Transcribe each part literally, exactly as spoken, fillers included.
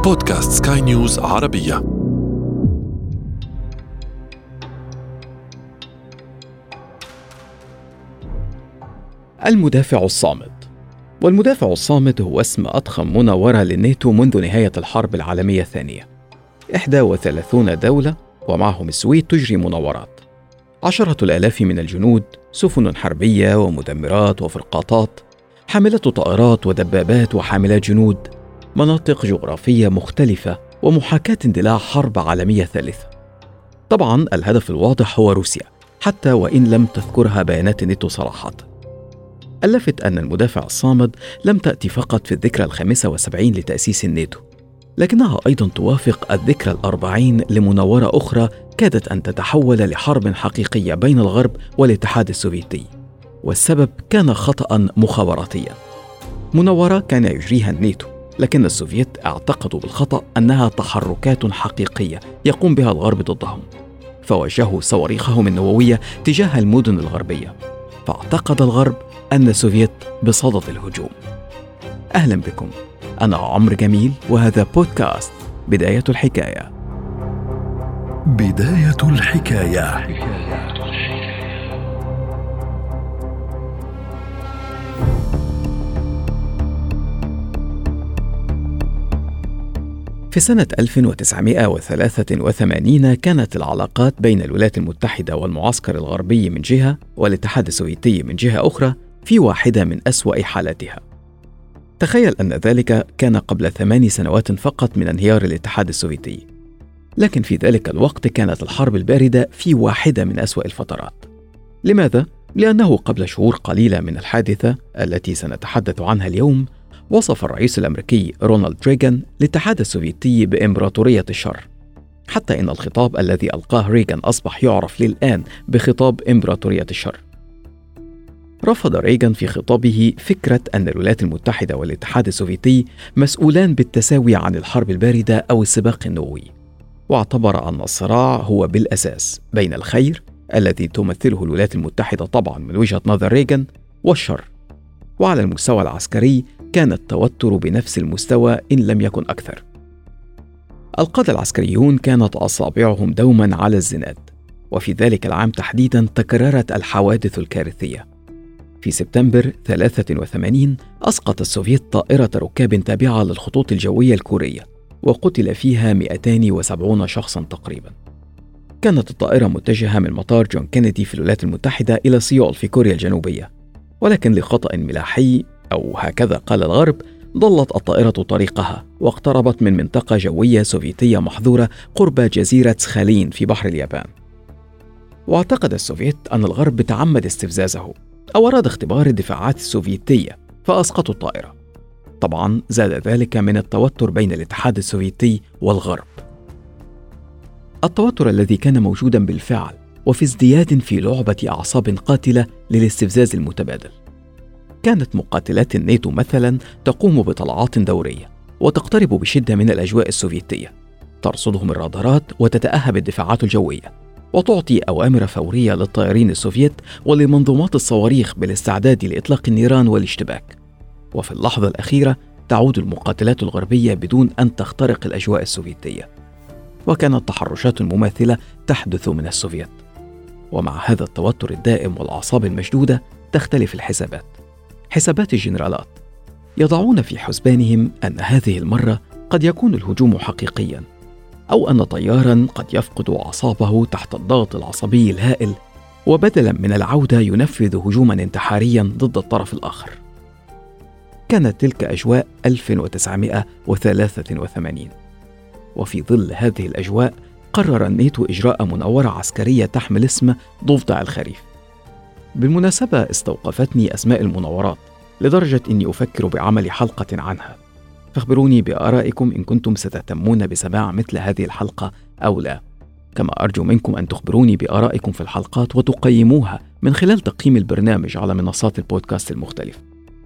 بودكاست سكاي نيوز عربية. المدافع الصامت. والمدافع الصامت هو اسم أضخم مناورة للناتو منذ نهاية الحرب العالمية الثانية. إحدى وثلاثين دولة ومعهم السويد تجري مناورات. عشرة الآلاف من الجنود، سفن حربية ومدمرات وفرقاطات، حاملة طائرات ودبابات وحاملات جنود، مناطق جغرافية مختلفة ومحاكاة اندلاع حرب عالمية ثالثة. طبعا الهدف الواضح هو روسيا، حتى وإن لم تذكرها بيانات الناتو صراحة. اللافت أن المدافع الصامد لم تأتي فقط في الذكرى الخامسة والسبعين لتأسيس الناتو، لكنها أيضا توافق الذكرى الأربعين لمناورة أخرى كادت أن تتحول لحرب حقيقية بين الغرب والاتحاد السوفيتي، والسبب كان خطأ مخابراتيا. مناورة كان يجريها الناتو، لكن السوفيت اعتقدوا بالخطأ أنها تحركات حقيقية يقوم بها الغرب ضدهم، فوجهوا صواريخهم النووية تجاه المدن الغربية، فاعتقد الغرب أن السوفيت بصدد الهجوم. أهلا بكم، أنا عمرو جميل، وهذا بودكاست بداية الحكاية. بداية الحكاية. في سنة ألف وتسعمائة وثلاثة وثمانين كانت العلاقات بين الولايات المتحدة والمعسكر الغربي من جهة والاتحاد السوفيتي من جهة أخرى في واحدة من أسوأ حالاتها. تخيل أن ذلك كان قبل ثمان سنوات فقط من انهيار الاتحاد السوفيتي، لكن في ذلك الوقت كانت الحرب الباردة في واحدة من أسوأ الفترات. لماذا؟ لأنه قبل شهور قليلة من الحادثة التي سنتحدث عنها اليوم، وصف الرئيس الأمريكي رونالد ريغان الاتحاد السوفيتي بإمبراطورية الشر، حتى إن الخطاب الذي ألقاه ريغان أصبح يعرف للآن بخطاب إمبراطورية الشر. رفض ريغان في خطابه فكرة أن الولايات المتحدة والاتحاد السوفيتي مسؤولان بالتساوي عن الحرب الباردة أو السباق النووي، واعتبر أن الصراع هو بالأساس بين الخير الذي تمثله الولايات المتحدة طبعا من وجهة نظر ريغان والشر. وعلى المستوى العسكري كان التوتر بنفس المستوى إن لم يكن أكثر. القادة العسكريون كانت أصابعهم دوما على الزناد، وفي ذلك العام تحديدا تكررت الحوادث الكارثية. في سبتمبر ثلاثة وثمانين أسقط السوفيت طائرة ركاب تابعة للخطوط الجوية الكورية، وقتل فيها مئتين وسبعين شخصا تقريبا. كانت الطائرة متجهة من مطار جون كينيدي في الولايات المتحدة إلى سيول في كوريا الجنوبية، ولكن لخطأ ملاحي أو هكذا قال الغرب ضلت الطائرة طريقها واقتربت من منطقة جوية سوفيتية محظورة قرب جزيرة سخالين في بحر اليابان. واعتقد السوفيت أن الغرب تعمد استفزازه أو أراد اختبار الدفاعات السوفيتية فأسقطوا الطائرة. طبعا زاد ذلك من التوتر بين الاتحاد السوفيتي والغرب، التوتر الذي كان موجودا بالفعل وفي ازدياد في لعبة أعصاب قاتلة للاستفزاز المتبادل. كانت مقاتلات الناتو مثلا تقوم بطلعات دورية وتقترب بشدة من الأجواء السوفيتية، ترصدهم الرادارات وتتأهب الدفاعات الجوية، وتعطي أوامر فورية للطائرين السوفيت ولمنظومات الصواريخ بالاستعداد لإطلاق النيران والاشتباك. وفي اللحظة الأخيرة تعود المقاتلات الغربية بدون أن تخترق الأجواء السوفيتية، وكانت تحرشات مماثلة تحدث من السوفيت. ومع هذا التوتر الدائم والأعصاب المشدودة تختلف الحسابات. حسابات الجنرالات يضعون في حسبانهم أن هذه المرة قد يكون الهجوم حقيقيا، أو أن طيارا قد يفقد أعصابه تحت الضغط العصبي الهائل، وبدلا من العودة ينفذ هجوما انتحاريا ضد الطرف الآخر. كانت تلك أجواء ألف وتسعمائة وثلاثة وثمانين، وفي ظل هذه الأجواء قرر الناتو إجراء مناورة عسكرية تحمل اسم ضفدع الخريف. بالمناسبة استوقفتني أسماء المناورات لدرجة أني أفكر بعمل حلقة عنها، فاخبروني بآرائكم إن كنتم ستهتمون بسماع مثل هذه الحلقة أو لا، كما أرجو منكم أن تخبروني بآرائكم في الحلقات وتقيموها من خلال تقييم البرنامج على منصات البودكاست المختلفة.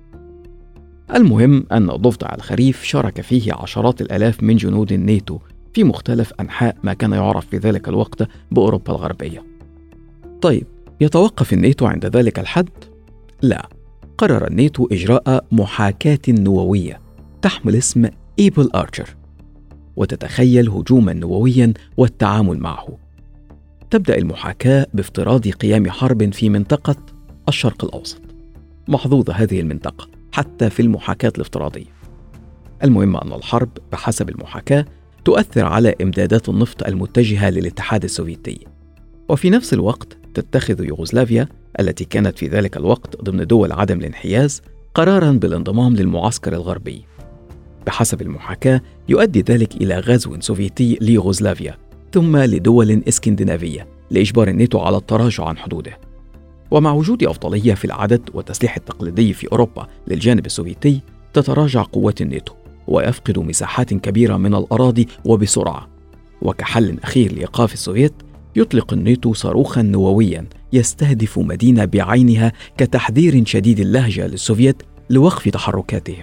المهم أن ضفدع الخريف شارك فيه عشرات الآلاف من جنود الناتو في مختلف أنحاء ما كان يعرف في ذلك الوقت بأوروبا الغربية. طيب، يتوقف الناتو عند ذلك الحد؟ لا، قرر الناتو إجراء محاكاة نووية تحمل اسم إيبل آرشر. وتتخيل هجوما نوويا والتعامل معه. تبدأ المحاكاة بافتراض قيام حرب في منطقة الشرق الأوسط. محظوظة هذه المنطقة حتى في المحاكاة الافتراضية. المهم أن الحرب بحسب المحاكاة تؤثر على إمدادات النفط المتجهة للاتحاد السوفيتي، وفي نفس الوقت تتخذ يوغوسلافيا التي كانت في ذلك الوقت ضمن دول عدم الانحياز قراراً بالانضمام للمعسكر الغربي. بحسب المحاكاة يؤدي ذلك إلى غزو سوفيتي ليوغوسلافيا ثم لدول اسكندنافية لإجبار الناتو على التراجع عن حدوده. ومع وجود أفضلية في العدد والتسليح التقليدي في أوروبا للجانب السوفيتي، تتراجع قوات الناتو ويفقد مساحات كبيرة من الأراضي وبسرعة. وكحل أخير لإيقاف السوفيت، يطلق الناتو صاروخاً نووياً يستهدف مدينة بعينها كتحذير شديد اللهجة للسوفيت لوقف تحركاتهم.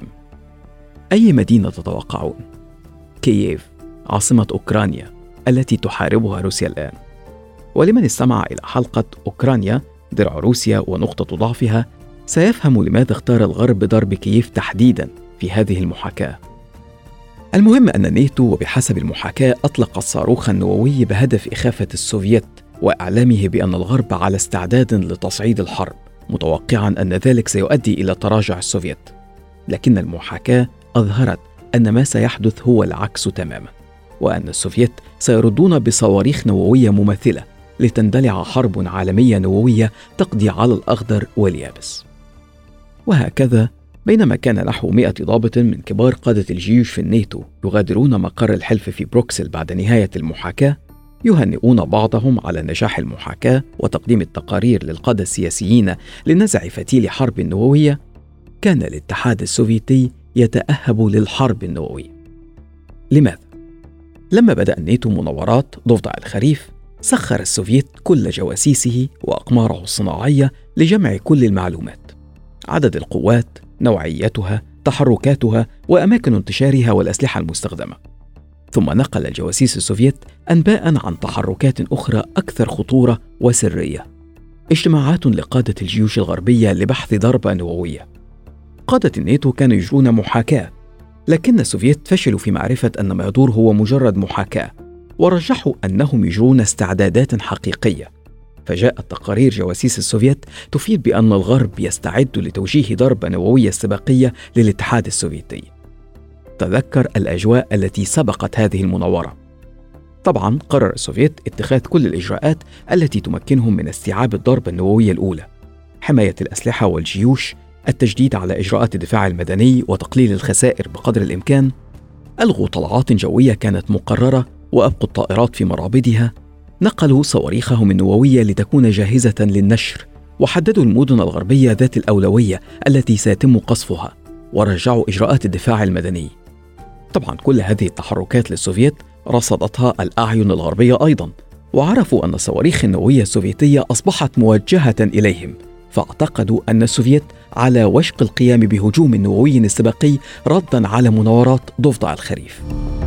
أي مدينة تتوقعون؟ كييف، عاصمة أوكرانيا التي تحاربها روسيا الآن. ولمن استمع إلى حلقة أوكرانيا درع روسيا ونقطة ضعفها، سيفهم لماذا اختار الغرب ضرب كييف تحديداً في هذه المحاكاة. المهم أن الناتو وبحسب المحاكاة أطلق الصاروخ النووي بهدف إخافة السوفيت وإعلامه بأن الغرب على استعداد لتصعيد الحرب، متوقعاً أن ذلك سيؤدي إلى تراجع السوفيت. لكن المحاكاة أظهرت أن ما سيحدث هو العكس تماماً، وأن السوفيت سيردون بصواريخ نووية مماثلة لتندلع حرب عالمية نووية تقضي على الأخضر واليابس. وهكذا بينما كان نحو مئة ضابط من كبار قادة الجيوش في الناتو يغادرون مقر الحلف في بروكسل بعد نهاية المحاكاة، يهنئون بعضهم على نجاح المحاكاة وتقديم التقارير للقادة السياسيين لنزع فتيل حرب نووية، كان الاتحاد السوفيتي يتأهب للحرب النووية. لماذا؟ لما بدأ الناتو مناورات ضفدع الخريف، سخر السوفيت كل جواسيسه وأقماره الصناعية لجمع كل المعلومات: عدد القوات، نوعيتها، تحركاتها، وأماكن انتشارها والأسلحة المستخدمة. ثم نقل الجواسيس السوفيت أنباء عن تحركات أخرى أكثر خطورة وسرية: اجتماعات لقادة الجيوش الغربية لبحث ضربة نووية. قادة الناتو كانوا يجرون محاكاة، لكن السوفيت فشلوا في معرفة أن ما يدور هو مجرد محاكاة، ورجحوا أنهم يجرون استعدادات حقيقية. فجاءت تقارير جواسيس السوفيت تفيد بأن الغرب يستعد لتوجيه ضربة نووية استباقية للاتحاد السوفيتي. تذكر الأجواء التي سبقت هذه المناورة. طبعا قرر السوفيت اتخاذ كل الإجراءات التي تمكنهم من استيعاب الضربة النووية الأولى: حماية الأسلحة والجيوش، التشديد على إجراءات الدفاع المدني وتقليل الخسائر بقدر الإمكان. ألغوا طلعات جوية كانت مقررة وأبقوا الطائرات في مرابضها. نقلوا صواريخهم النووية لتكون جاهزة للنشر، وحددوا المدن الغربية ذات الأولوية التي سيتم قصفها، ورجعوا إجراءات الدفاع المدني. طبعا كل هذه التحركات للسوفيت رصدتها الأعين الغربية أيضا، وعرفوا أن الصواريخ النووية السوفيتية أصبحت موجهة إليهم، فاعتقدوا أن السوفيت على وشك القيام بهجوم نووي استباقي ردا على مناورات ضفدع الخريف.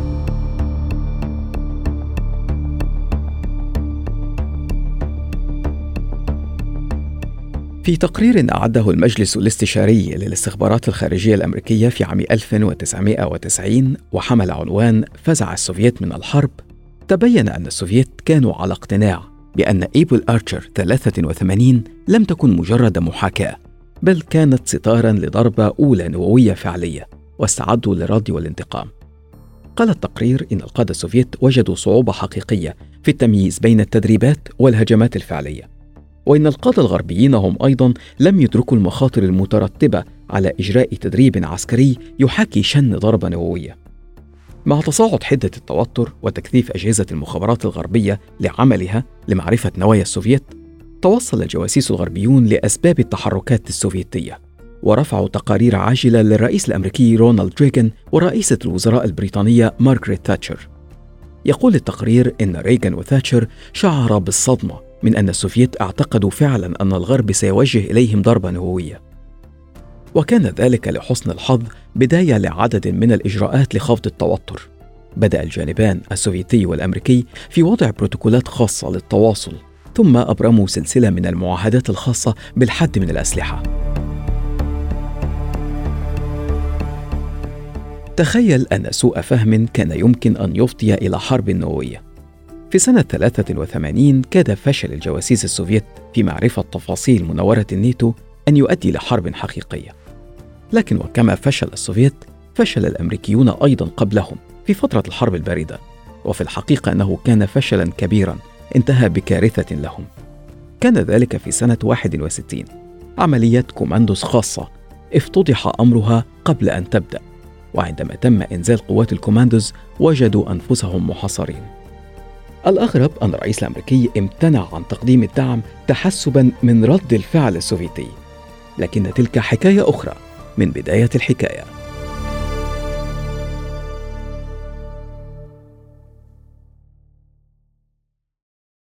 في تقرير أعده المجلس الاستشاري للاستخبارات الخارجية الأمريكية في عام ألف وتسعمائة وتسعين وحمل عنوان فزع السوفييت من الحرب، تبين أن السوفييت كانوا على اقتناع بأن إيبل آرشر ثلاثة وثمانين لم تكن مجرد محاكاة، بل كانت ستارا لضربة أولى نووية فعلية، واستعدوا للرد والانتقام. قال التقرير إن القادة السوفييت وجدوا صعوبة حقيقية في التمييز بين التدريبات والهجمات الفعلية، وإن القادة الغربيين هم أيضا لم يدركوا المخاطر المترتبة على إجراء تدريب عسكري يحاكي شن ضربة نووية. مع تصاعد حدة التوتر وتكثيف أجهزة المخابرات الغربية لعملها لمعرفة نوايا السوفييت، توصل الجواسيس الغربيون لأسباب التحركات السوفيتية، ورفعوا تقارير عاجلة للرئيس الأمريكي رونالد ريغان ورئيسة الوزراء البريطانية مارغريت تاتشر. يقول التقرير إن ريغان وثاتشر شعر بالصدمة من أن السوفييت اعتقدوا فعلا أن الغرب سيوجه إليهم ضربة نووية، وكان ذلك لحسن الحظ بداية لعدد من الإجراءات لخفض التوتر. بدأ الجانبان السوفيتي والأمريكي في وضع بروتوكولات خاصة للتواصل، ثم أبرموا سلسلة من المعاهدات الخاصة بالحد من الأسلحة. تخيل أن سوء فهم كان يمكن أن يفضي إلى حرب نووية. في سنة ثلاثة وثمانين كاد فشل الجواسيس السوفيت في معرفة تفاصيل مناورة الناتو أن يؤدي لحرب حقيقية. لكن وكما فشل السوفيت، فشل الأمريكيون أيضا قبلهم في فترة الحرب الباردة، وفي الحقيقة أنه كان فشلا كبيرا انتهى بكارثة لهم. كان ذلك في سنة واحد وستين، عملية كوماندوس خاصة افتضح أمرها قبل أن تبدأ، وعندما تم إنزال قوات الكوماندوز وجدوا أنفسهم محاصرين. الأغرب أن الرئيس الأمريكي امتنع عن تقديم الدعم تحسبا من رد الفعل السوفيتي، لكن تلك حكاية أخرى من بداية الحكاية.